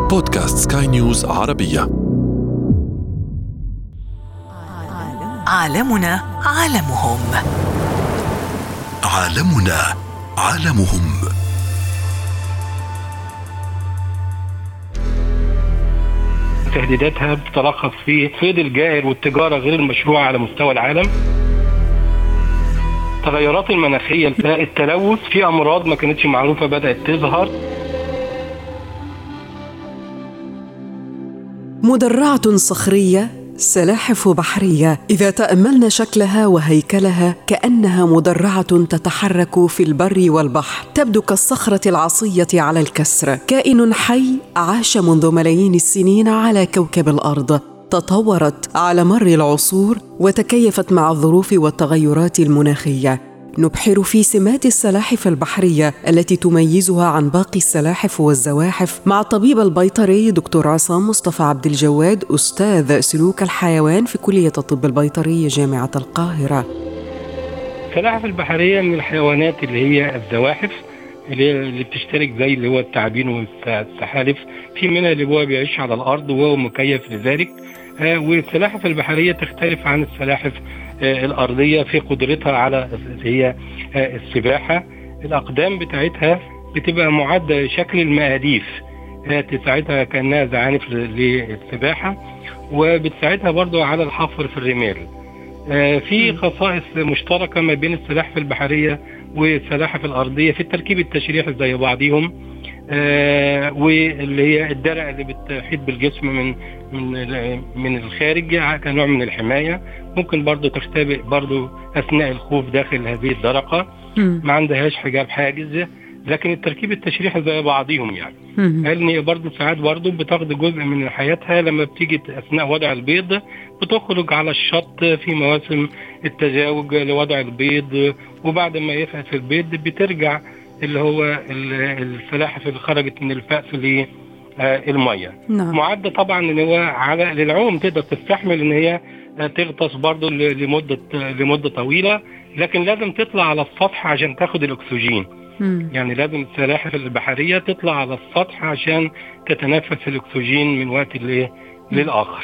بودكاست سكاي نيوز عربية. عالمنا عالمهم. عالمنا عالمهم. تهديداتها بتتلخص في صيد الجائر والتجارة غير المشروعة على مستوى العالم، تغيرات المناخية، التلوث، في أمراض ما كانتش معروفة بدأت تظهر. مدرعة صخرية، سلاحف بحرية، إذا تأملنا شكلها وهيكلها كأنها مدرعة تتحرك في البر والبحر، تبدو كالصخرة العصية على الكسر. كائن حي عاش منذ ملايين السنين على كوكب الأرض، تطورت على مر العصور وتكيفت مع الظروف والتغيرات المناخية. نبحر في سمات السلاحف البحرية التي تميزها عن باقي السلاحف والزواحف مع الطبيب البيطري دكتور عصام مصطفى عبد الجواد، أستاذ سلوك الحيوان في كلية الطب البيطري جامعة القاهرة. السلاحف البحرية من الحيوانات اللي هي الزواحف اللي بتشترك زي اللي هو التعابين والسحالف، في منها اللي هو بيعيش على الأرض وهو مكيف لذلك. والسلاحف البحرية تختلف عن السلاحف الأرضية في قدرتها على هي السباحة. الأقدام بتاعتها بتبقى معدة شكل المقاديف، تساعدها كأنها زعانف للسباحة، وبتساعدها برضو على الحفر في الرمال. في خصائص مشتركة ما بين السلاحف البحرية والسلاحف الأرضية في التركيب التشريحي زي بعضهم، واللي هي الدرع اللي بتحيط بالجسم من الخارج كنوع من الحماية. ممكن برضو تختبئ برضو أثناء الخوف داخل هذه الدرقة، ما عندهاش حجاب حاجز، لكن التركيب التشريحي زي بعضهم يعني. لأن برضو ساعات برضو بتاخد جزء من حياتها لما بتيجي أثناء وضع البيض، بتخرج على الشط في مواسم التزاوج لوضع البيض، وبعد ما يفقس البيض بترجع اللي هو السلاحف اللي خرجت من الفأس للمية. معدة طبعا ان هو على للعوم، تقدر تستحمل ان هي تغطس برضو لمدة طويلة، لكن لازم تطلع على السطح عشان تاخد الأكسجين. يعني لازم السلاحف البحرية تطلع على السطح عشان تتنفس الأكسجين من وقت للآخر.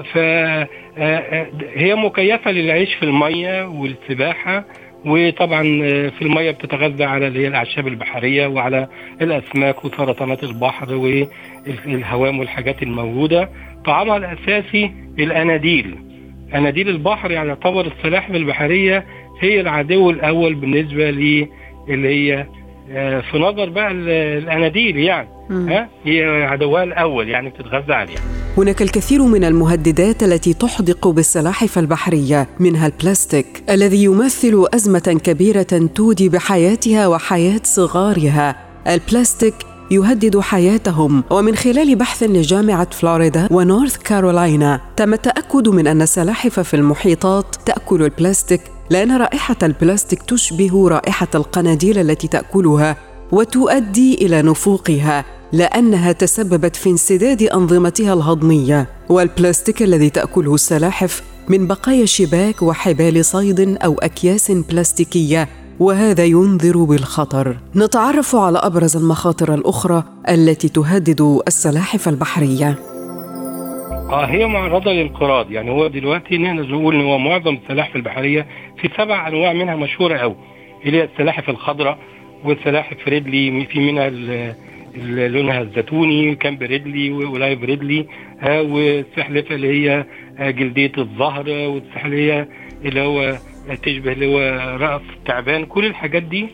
فهي مكيفة للعيش في المية والسباحة، وطبعا في المية بتتغذى على اللي هي الأعشاب البحرية وعلى الأسماك وسرطانات البحر والهوام والحاجات الموجودة. طعامها الأساسي الأناديل، أناديل البحر. يعني يعتبر السلاحف البحرية هي العدو الأول بالنسبة لي اللي هي في نظر بقى الأناديل، يعني هي عدوها الأول، يعني بتتغذى عليها. هناك الكثير من المهددات التي تحدق بالسلاحف البحرية، منها البلاستيك الذي يمثل أزمة كبيرة تودي بحياتها وحياة صغارها. البلاستيك يهدد حياتهم، ومن خلال بحث لجامعة فلوريدا ونورث كارولاينا تم التأكد من أن السلاحف في المحيطات تأكل البلاستيك، لأن رائحة البلاستيك تشبه رائحة القناديل التي تأكلها وتؤدي إلى نفوقها، لأنها تسببت في انسداد أنظمتها الهضمية. والبلاستيك الذي تأكله السلاحف من بقايا شباك وحبال صيد أو أكياس بلاستيكية، وهذا ينذر بالخطر. نتعرف على أبرز المخاطر الأخرى التي تهدد السلاحف البحرية. هي معرضة للانقراض. يعني هو دلوقتي نقول إن هو معظم السلاحف البحرية في 7 أنواع منها مشهورة أوي، اللي هي السلاحف الخضراء والسلاحف ريدلي، في منها لونها الزيتوني كامب ريدلي ولايف ريدلي، والسحلفة اللي هي جلدية الظهر، والسحلية اللي هو تشبه اللي هو رأس التعبان. كل الحاجات دي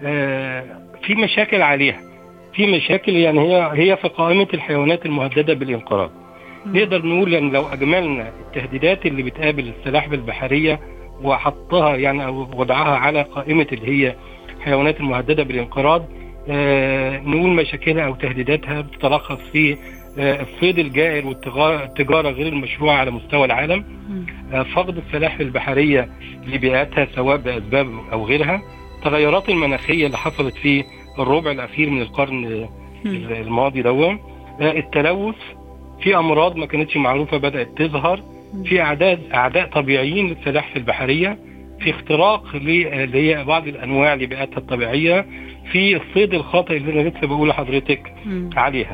في مشاكل عليها، في مشاكل، يعني هي في قائمة الحيوانات المهددة بالانقراض. نقدر نقول ان لو اجملنا التهديدات اللي بتقابل السلاحف البحرية وحطها يعني او وضعها على قائمة اللي هي حيوانات المهددة بالانقراض، نقول مشاكلها او تهديداتها بتتلخص في الصيد الجائر والتجارة غير المشروعة على مستوى العالم، فقد السلاحف البحرية لبيئاتها سواء بأسباب أو غيرها، تغيرات المناخية اللي حصلت في الربع الأخير من القرن الماضي دوام، التلوث، في أمراض ما كانتش معروفة بدأت تظهر، في أعداء طبيعيين للسلاحف البحرية، في اختراق اللي هي بعض الأنواع لبيئاتها الطبيعية، في الصيد الخاطئ اللي أنا لسه بقول لحضرتك عليها.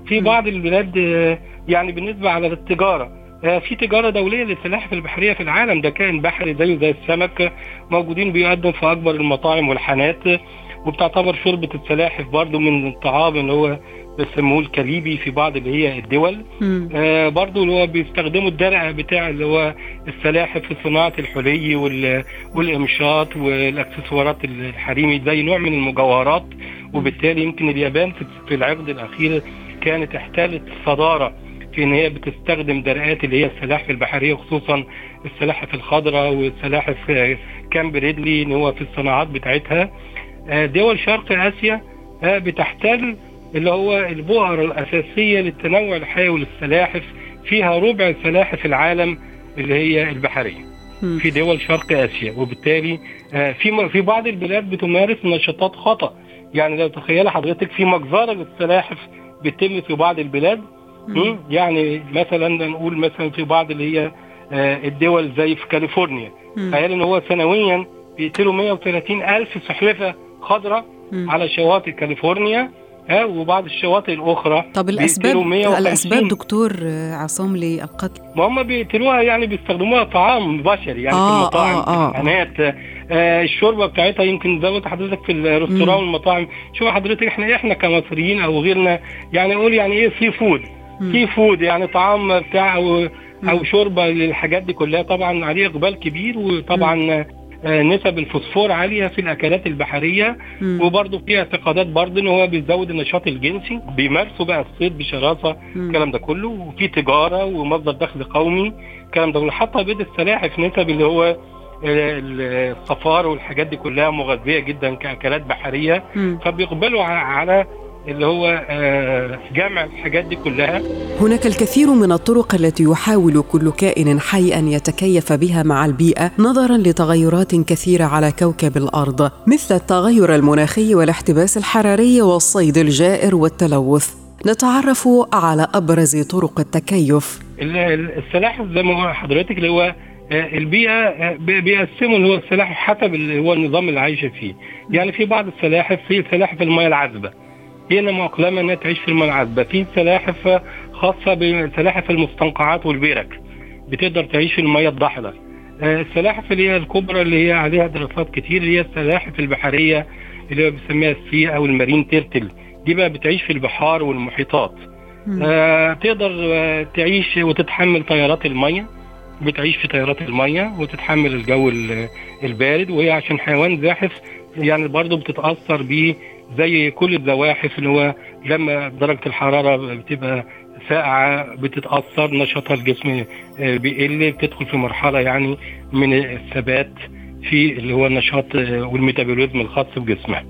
في بعض البلاد يعني بالنسبة على التجارة، في تجارة دولية للسلاحف البحرية في العالم، ده كائن بحري زيه زي السمك، موجودين بيقدم في أكبر المطاعم والحانات، وبتعتبر شوربة السلاحف برضو من الطعام اللي هو بيسموه الكليبي في بعض اللي هي الدول. برضو اللي هو بيستخدموا الدرع بتاع اللي هو السلاحف في صناعة الحلي والإمشاط والأكسسوارات الحريمي زي نوع من المجوهرات. وبالتالي يمكن اليابان في العقد الأخير كانت احتلت الصدارة في ان هي بتستخدم درعات اللي هي السلاحف البحريه، خصوصا السلاحف الخضراء والسلاحف كامب ريدلي ان هو في الصناعات بتاعتها. دول شرق اسيا بتحتل اللي هو البؤر الاساسيه للتنوع الحيوي للسلاحف، فيها ربع سلاحف العالم اللي هي البحريه في دول شرق اسيا. وبالتالي في بعض البلاد بتمارس نشاطات خطأ، يعني لو تخيل حضرتك في مجزرة للسلاحف بتتم في بعض البلاد. يعني مثلا نقول مثلا في بعض اللي هي الدول زي في كاليفورنيا، تخيل ان هو سنويا بيقتلوا 130,000 سلحفاة خضراء على شواطئ كاليفورنيا وبعض الشواطئ الاخرى. طب الاسباب دكتور عصام للقتل؟ ما هم بيقتلوها يعني بيستخدموها طعام بشري يعني في المطاعم في الحانات. الشوربه بتاعتها يمكن زي ما حضرتك في الريستوران والمطاعم. شوف حضرتك احنا كمصريين او غيرنا يعني نقول يعني ايه سي فود يعني طعام بتاع او شوربه للحاجات دي كلها، طبعا عليه اقبال كبير، وطبعا نسب الفوسفور عاليه في الاكلات البحريه. وبرضه في اعتقادات برضه ان هو بيزود النشاط الجنسي، بيمارسوا بقى الصيد بشراسه، الكلام ده كله، وفي تجاره ومصدر دخل قومي، الكلام ده. حتى بيض السلاحف نسب اللي هو الصفار والحاجات دي كلها مغذيه جدا كاكلات بحريه، فبيقبلوا على اللي هو جمع الحاجات دي كلها. هناك الكثير من الطرق التي يحاول كل كائن حي أن يتكيف بها مع البيئة نظراً لتغيرات كثيرة على كوكب الأرض، مثل التغير المناخي والاحتباس الحراري والصيد الجائر والتلوث. نتعرف على أبرز طرق التكيف. السلاحف زي ما حضرتك اللي هو البيئة بيقسموا اللي هو السلاحف حسب اللي هو النظام اللي عايشة فيه. يعني في بعض السلاحف، في سلاحف المياه العذبة هنا مؤقلمة انها تعيش في المياه العذبة، في سلاحف خاصة بسلاحف المستنقعات والبرك بتقدر تعيش في المياه الضحلة. السلاحف اللي هي الكبرى اللي هي عليها دراسات كتير هي السلاحف البحرية اللي هو بيسميها السي او المارين تيرتل، دي بقى بتعيش في البحار والمحيطات. تقدر تعيش وتتحمل تيارات المياه، بتعيش في تيارات المياه وتتحمل الجو البارد، وهي عشان حيوان زاحف يعني برضو بتتأثر بيه زي كل الزواحف، اللي هو لما درجة الحرارة بتبقى ساقعة بتتأثر، نشاطها الجسم بيقل، بتدخل في مرحلة يعني من الثبات في اللي هو النشاط والميتابوليزم الخاص بجسمها.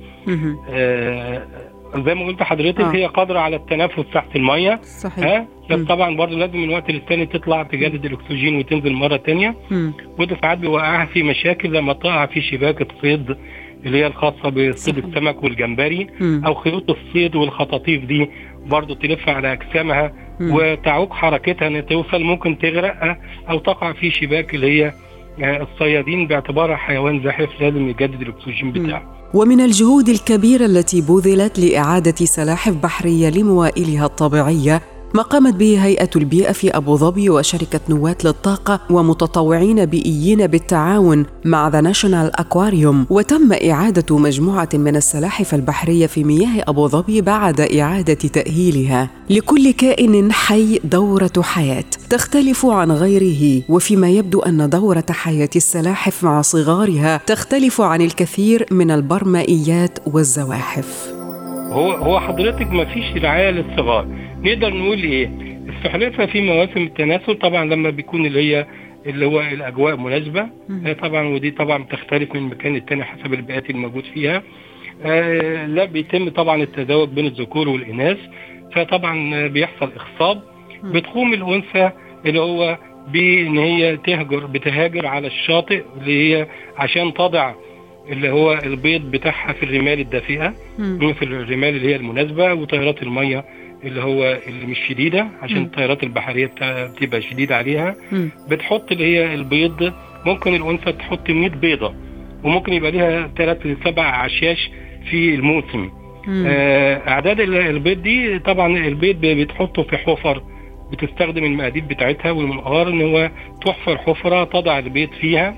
زي ما قلت حضرتك هي قادرة على التنفس تحت المية. صحيح. بس طبعا برضه لازم من وقت للتاني تطلع تجدد الأكسجين وتنزل مرة تانية. وده ساعات بيوقعها في مشاكل لما تقع في شباك الصيد اللي هي الخاصة بصيد السمك والجمبري، أو خيوط الصيد والخطاطيف دي برضه تلف على أجسامها وتعوق حركتها أن توصل، ممكن تغرق أو تقع في شباك اللي هي الصيادين، باعتبارها حيوان زاحف لازم يجدد الأكسجين بتاعه. ومن الجهود الكبيرة التي بذلت لإعادة سلاحف بحرية لموائلها الطبيعية ما قامت به هيئة البيئة في أبو ظبي وشركة نواة للطاقة ومتطوعين بيئيين بالتعاون مع The National Aquarium، وتم إعادة مجموعة من السلاحف البحرية في مياه أبو ظبي بعد إعادة تأهيلها. لكل كائن حي دورة حياة تختلف عن غيره، وفيما يبدو أن دورة حياة السلاحف مع صغارها تختلف عن الكثير من البرمائيات والزواحف. هو حضرتك ما فيش رعاية للصغار. نقدر نقول ايه؟ السلحفاة في مواسم التناسل طبعا لما بيكون اللي هو الاجواء مناسبة طبعا، ودي طبعا بتختلف من مكان للتاني حسب البيئات الموجود فيها. لا بيتم طبعا التزاوج بين الذكور والاناث، فطبعا بيحصل اخصاب. بتقوم الانثى اللي هو بان هي بتهاجر على الشاطئ اللي هي عشان تضع اللي هو البيض بتاعها في الرمال الدافئة، في الرمال اللي هي المناسبة، وطيارات المية اللي مش شديدة عشان الطيارات البحرية بتبقى شديدة عليها. بتحط اللي هي البيض، ممكن الأنثى تحط 100 بيضة، وممكن يبقى ليها 3 ل7 عشاش في الموسم. اعداد البيض دي طبعا البيض بتحطه في حفر، بتستخدم المقادير بتاعتها والمنقار ان هو تحفر حفرة تضع البيض فيها،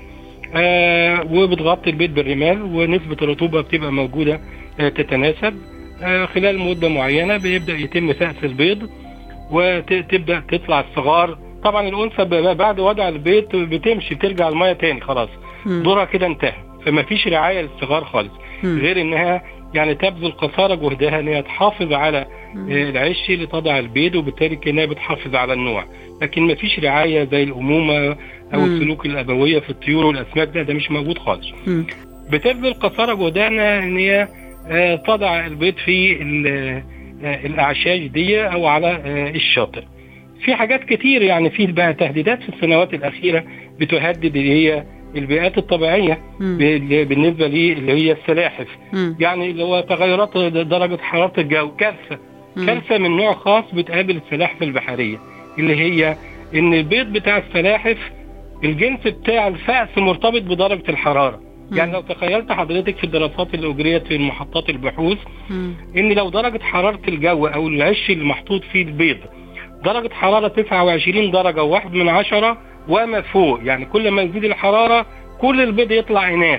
وبتغطي البيض بالرمال، ونسبة الرطوبة بتبقى موجودة تتناسب. خلال مدة معينة بيبدأ يتم فأس البيض وتبدأ تطلع الصغار. طبعا الأنثى بعد وضع البيض بتمشي ترجع المية تاني، خلاص دورها كده انتهى، فما فيش رعاية للصغار خالص، غير انها يعني تبذل قصارى جهدها ان هي تحافظ على العش اللي تضع البيض، وبالتالي كانها بتحافظ على النوع، لكن ما فيش رعاية زي الأمومة او السلوك الأبوية في الطيور والأسماك، ده مش موجود خالص. بتبذل قصارى جهدها ان هي تضع البيض في الأعشاش دي او على الشاطئ. في حاجات كتير يعني، في بقى تهديدات في السنوات الأخيرة بتهدد اللي هي البيئات الطبيعية بالنسبة لي اللي هي السلاحف، يعني اللي هو تغيرات درجة حرارة الجو، كارثة من نوع خاص بتقابل السلاحف البحرية، اللي هي ان البيض بتاع السلاحف الجنس بتاع الفأس مرتبط بدرجة الحرارة. يعني لو تخيلت حضرتك في الدراسات اللي أجريت في محطات البحوث ان لو درجة حرارة الجو او العش اللي محطوط فيه البيض درجة حرارة 29 درجة وواحد من 10 وما فوق، يعني كل ما يزيد الحرارة كل البيض يطلع إناث.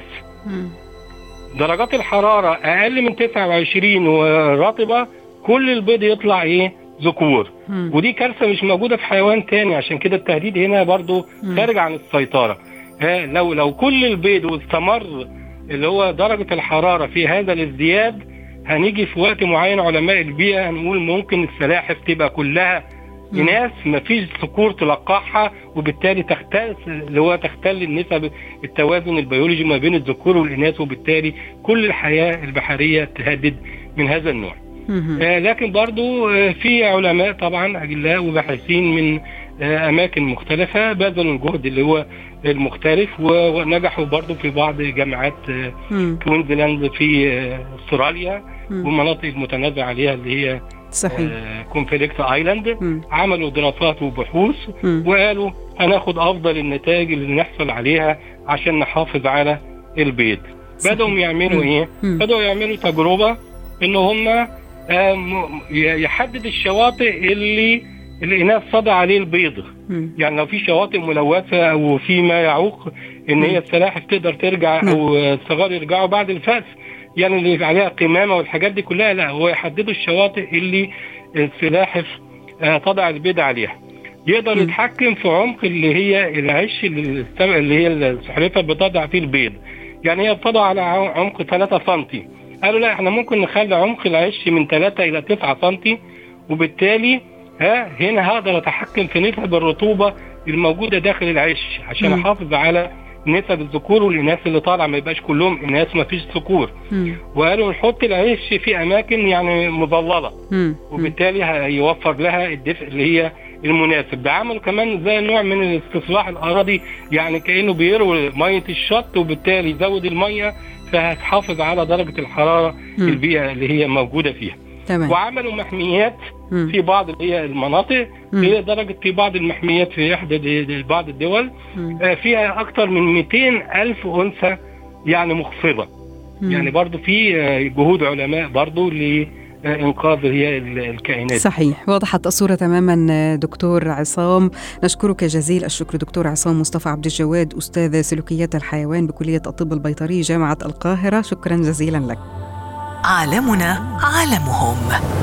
درجات الحرارة أقل من 29 ورطبة كل البيض يطلع ذكور. ودي كارثة مش موجودة في حيوان تاني، عشان كده التهديد هنا برضو خارج عن السيطرة. لو كل البيض واستمر اللي هو درجة الحرارة في هذا الازدياد، هنيجي في وقت معين علماء البيئة هنقول ممكن السلاحف تبقى كلها إناث، مفيش ذكور تلقحها، وبالتالي تختل النسب التوازن البيولوجي ما بين الذكور والإناث، وبالتالي كل الحياة البحرية تهدد من هذا النوع. لكن برضو في علماء طبعا أجلاء وباحثين من أماكن مختلفة بذلوا الجهد اللي هو المختلف، ونجحوا برضو في بعض جامعات كوينزلاند في استراليا والمناطق المتنازع عليها اللي هي صحيح كونفليكت ايلاند، عملوا دراسات وبحوث وقالوا هناخد افضل النتائج اللي نحصل عليها عشان نحافظ على البيض. بدأوا يعملوا بدأوا يعملوا تجربة ان هم يحدد الشواطئ اللي الإناث صدع عليه البيض. يعني لو في شواطئ ملوثة او في ما يعوق ان هي السلاحف تقدر ترجع او الصغار يرجعوا بعد الفأس، يعني اللي عليها قمامة والحاجات دي كلها، لا هو يحددوا الشواطئ اللي السلاحف تضع البيض عليها. يقدر يتحكم في عمق اللي هي العش اللي هي السلحفاة بتضع فيه البيض، يعني هي بتضع على عمق 3 سنتي. قالوا لا احنا ممكن نخلي عمق العش من 3 إلى 9 سنتي، وبالتالي هنا هقدر اتحكم في نسب الرطوبة الموجودة داخل العش عشان احافظ على نسب الذكور والإناث اللي طالع، ما يبقاش كلهم إناث ما فيش ذكور. وقالوا نحط العيش في أماكن يعني مظللة، وبالتالي هيوفر لها الدفء اللي هي المناسب. ده عملوا كمان زي نوع من الاستصلاح الأراضي، يعني كأنه بيروي مية الشط، وبالتالي يزود المية فهتحافظ على درجة الحرارة البيئة اللي هي موجودة فيها. تمام. وعملوا محميات في بعض اللي هي المناطق، هي درجة في بعض المحميات في إحدى بعض الدول فيها أكثر من 200,000 أنثى يعني مخصبة. يعني برضو في جهود علماء برضو لإنقاذ هي الكائنات. صحيح، وضحت الصورة تماما دكتور عصام. نشكرك جزيل الشكر دكتور عصام مصطفى عبد الجواد، أستاذ سلوكيات الحيوان بكلية الطب البيطري جامعة القاهرة. شكرا جزيلا لك. عالمنا عالمهم.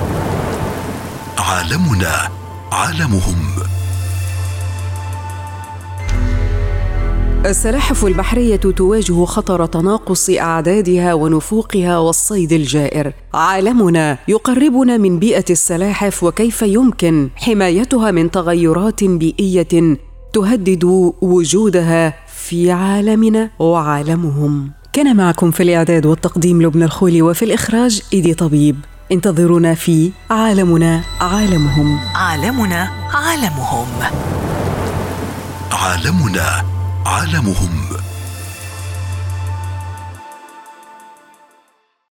عالمنا عالمهم. السلاحف البحرية تواجه خطر تناقص أعدادها ونفوقها والصيد الجائر. عالمنا يقربنا من بيئة السلاحف وكيف يمكن حمايتها من تغيرات بيئية تهدد وجودها في عالمنا وعالمهم. كان معكم في الإعداد والتقديم لبنى الخولي، وفي الإخراج إيدي طبيب. انتظرونا في عالمنا عالمهم. عالمنا عالمهم. عالمنا عالمهم.